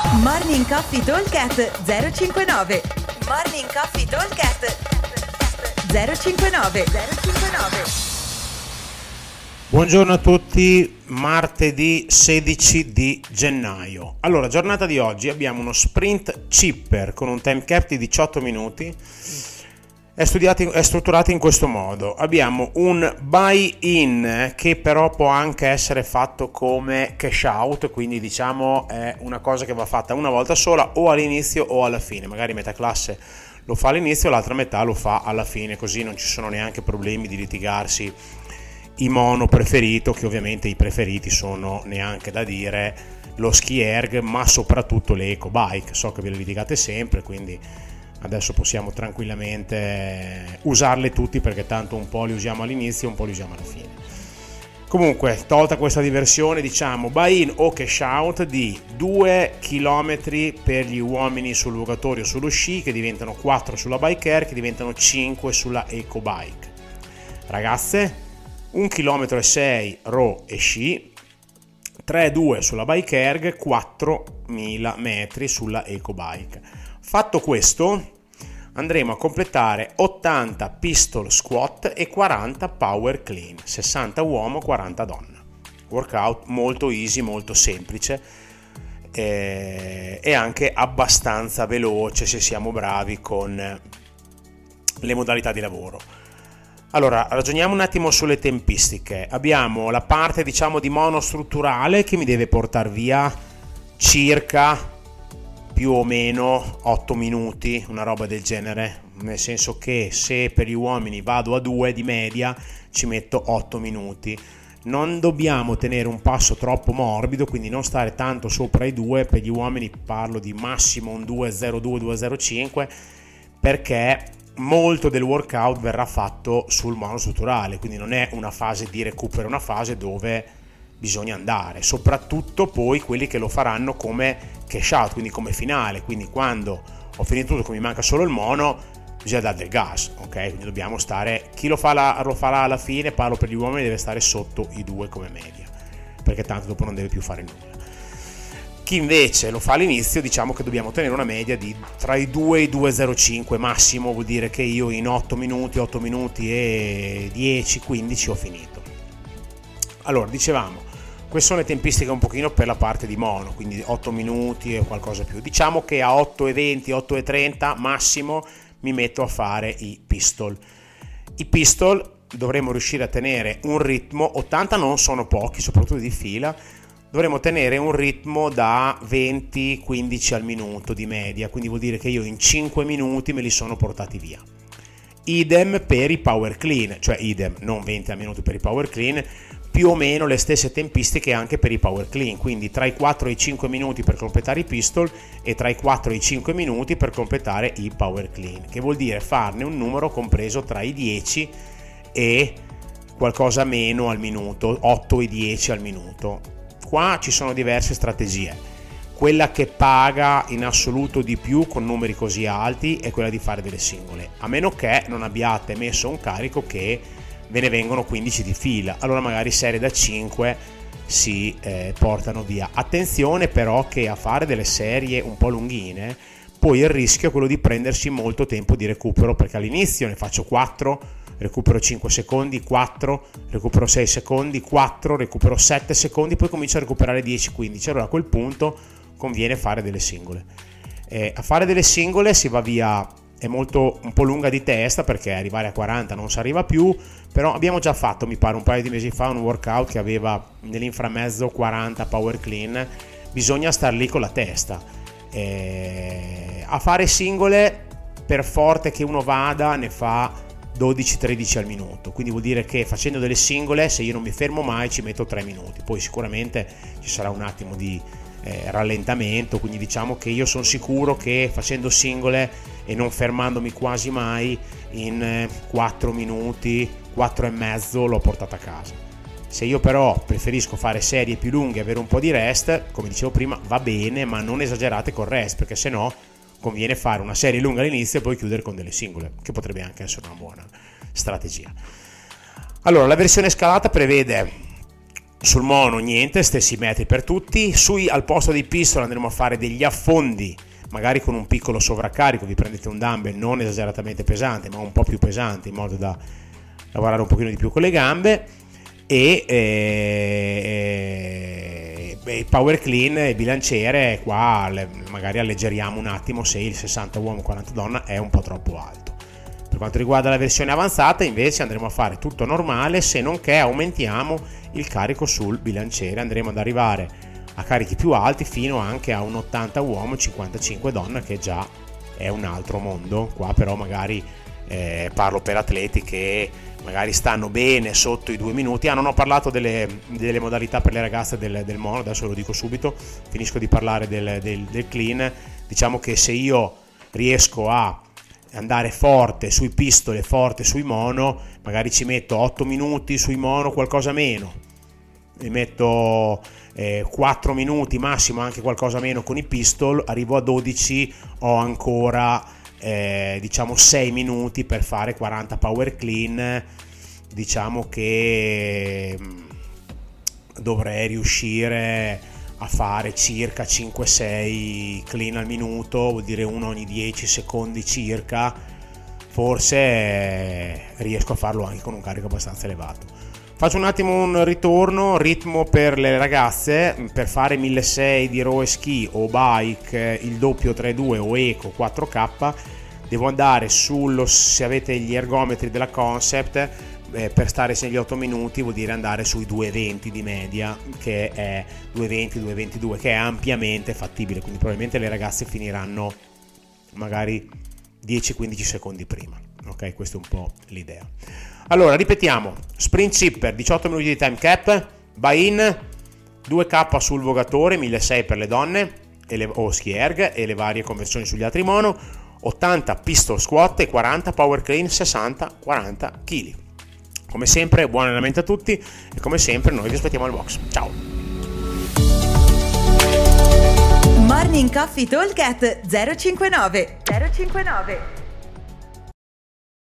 Morning Coffee Talkcast 059. Morning Coffee Talkcast 059. Buongiorno a tutti, martedì 16 di gennaio. Allora, giornata di oggi abbiamo uno sprint chipper con un time cap di 18 minuti. È strutturato in questo modo. Abbiamo un buy-in che però può anche essere fatto come cash out, quindi diciamo è una cosa che va fatta una volta sola o all'inizio o alla fine. Magari metà classe lo fa all'inizio, l'altra metà lo fa alla fine, così non ci sono neanche problemi di litigarsi i mono preferito, che ovviamente i preferiti sono, neanche da dire, lo ski erg, ma soprattutto le eco bike. So che ve le litigate sempre, quindi adesso possiamo tranquillamente usarle tutti, perché tanto un po' li usiamo all'inizio e un po' li usiamo alla fine. Comunque, tolta questa diversione, diciamo buy-in o cash out di 2 km per gli uomini sul logatorio sullo sci, che diventano 4 sulla bike air, che diventano 5 sulla eco bike. Ragazze, 1,6 km row e sci, 3,2 sulla bike erg, 4.000 metri sulla eco bike. Fatto questo, andremo a completare 80 pistol squat e 40 power clean, 60 uomo, 40 donna. Workout molto easy, molto semplice e anche abbastanza veloce se siamo bravi con le modalità di lavoro. Allora, ragioniamo un attimo sulle tempistiche. Abbiamo la parte, diciamo, di monostrutturale che mi deve portare via circa più o meno 8 minuti, una roba del genere, nel senso che se per gli uomini vado a 2 di media ci metto 8 minuti. Non dobbiamo tenere un passo troppo morbido, quindi non stare tanto sopra i 2. Per gli uomini parlo di massimo un 2,02-2,05, perché molto del workout verrà fatto sul monostrutturale, quindi non è una fase di recupero, è una fase dove bisogna andare, soprattutto poi quelli che lo faranno come cash out, quindi come finale, quindi quando ho finito tutto, che mi manca solo il mono, bisogna dare del gas, ok? Quindi dobbiamo stare, chi lo farà alla fine, parlo per gli uomini, deve stare sotto i 2 come media, perché tanto dopo non deve più fare nulla. Chi invece lo fa all'inizio, diciamo che dobbiamo tenere una media di tra i 2 e i 2,05 massimo, vuol dire che io in 8 minuti e 10, 15 ho finito. Allora, dicevamo, queste sono le tempistiche un pochino per la parte di mono, quindi 8 minuti e qualcosa più. Diciamo che a 8,20, 8,30 massimo mi metto a fare i pistol. I pistol dovremo riuscire a tenere un ritmo, 80 non sono pochi, soprattutto di fila, dovremo tenere un ritmo da 20-15 al minuto di media, quindi vuol dire che io in 5 minuti me li sono portati via. Idem per i power clean, cioè idem, non 20 al minuto per i power clean, più o meno le stesse tempistiche anche per i power clean, quindi tra i 4 e i 5 minuti per completare i pistol e tra i 4 e i 5 minuti per completare i power clean, che vuol dire farne un numero compreso tra i 10 e qualcosa meno al minuto, 8 e 10 al minuto. Qua ci sono diverse strategie. Quella che paga in assoluto di più con numeri così alti è quella di fare delle singole, a meno che non abbiate messo un carico che ve ne vengono 15 di fila, allora magari serie da 5 si portano via. Attenzione però che a fare delle serie un po' lunghine poi il rischio è quello di prendersi molto tempo di recupero, perché all'inizio ne faccio 4, recupero 5 secondi, 4, recupero 6 secondi, 4, recupero 7 secondi, poi comincio a recuperare 10-15, allora a quel punto conviene fare delle singole. A fare delle singole si va via, è un po' lunga di testa, perché arrivare a 40 non si arriva più, però abbiamo già fatto, mi pare un paio di mesi fa, un workout che aveva nell'inframezzo 40 power clean, bisogna star lì con la testa. A fare singole, per forte che uno vada, ne fa 12-13 al minuto, quindi vuol dire che facendo delle singole, se io non mi fermo mai, ci metto 3 minuti, poi sicuramente ci sarà un attimo di rallentamento, quindi diciamo che io sono sicuro che facendo singole e non fermandomi quasi mai, in 4 minuti, 4 e mezzo l'ho portata a casa. Se io però preferisco fare serie più lunghe e avere un po' di rest, come dicevo prima, va bene, ma non esagerate col rest, perché se no conviene fare una serie lunga all'inizio e poi chiudere con delle singole, che potrebbe anche essere una buona strategia. Allora, la versione scalata prevede Sul mono niente, stessi metri per tutti. Al posto dei pistol andremo a fare degli affondi, magari con un piccolo sovraccarico. Vi prendete un dumbbell non esageratamente pesante, ma un po' più pesante, in modo da lavorare un pochino di più con le gambe. E il power clean, il bilanciere, qua magari alleggeriamo un attimo se il 60 uomo 40 donna è un po' troppo alto. Per quanto riguarda la versione avanzata invece andremo a fare tutto normale, se non che aumentiamo il carico sul bilanciere, andremo ad arrivare a carichi più alti fino anche a un 80 uomo 55 donna, che già è un altro mondo. Qua però magari parlo per atleti che magari stanno bene sotto i 2 minuti. Non ho parlato delle modalità per le ragazze del mono, adesso lo dico subito, finisco di parlare del clean. Diciamo che se io riesco a andare forte sui pistol e forte sui mono, magari ci metto 8 minuti sui mono, qualcosa meno, mi metto 4 minuti massimo, anche qualcosa meno con i pistol, arrivo a 12, ho ancora diciamo 6 minuti per fare 40 power clean. Diciamo che dovrei riuscire a fare circa 5-6 clean al minuto, vuol dire uno ogni 10 secondi circa. Forse riesco a farlo anche con un carico abbastanza elevato. Faccio un attimo un ritmo per le ragazze. Per fare 1600 di row e ski o bike, il doppio 3.2 o eco 4K, devo andare se avete gli ergometri della Concept, per stare negli 8 minuti vuol dire andare sui 2.20 di media, che è 2.20-2.22, che è ampiamente fattibile, quindi probabilmente le ragazze finiranno magari 10-15 secondi prima. Ok, questa è un po' l'idea. Allora, ripetiamo: sprint zipper 18 minuti di time cap, buy in 2K sul vogatore, 1600 per le donne o ski erg e le varie conversioni sugli altri mono, 80 pistol squat e 40 power clean 60-40 kg. Come sempre buon allenamento a tutti e come sempre noi vi aspettiamo al box. Ciao. Morning Coffee Talk at 059.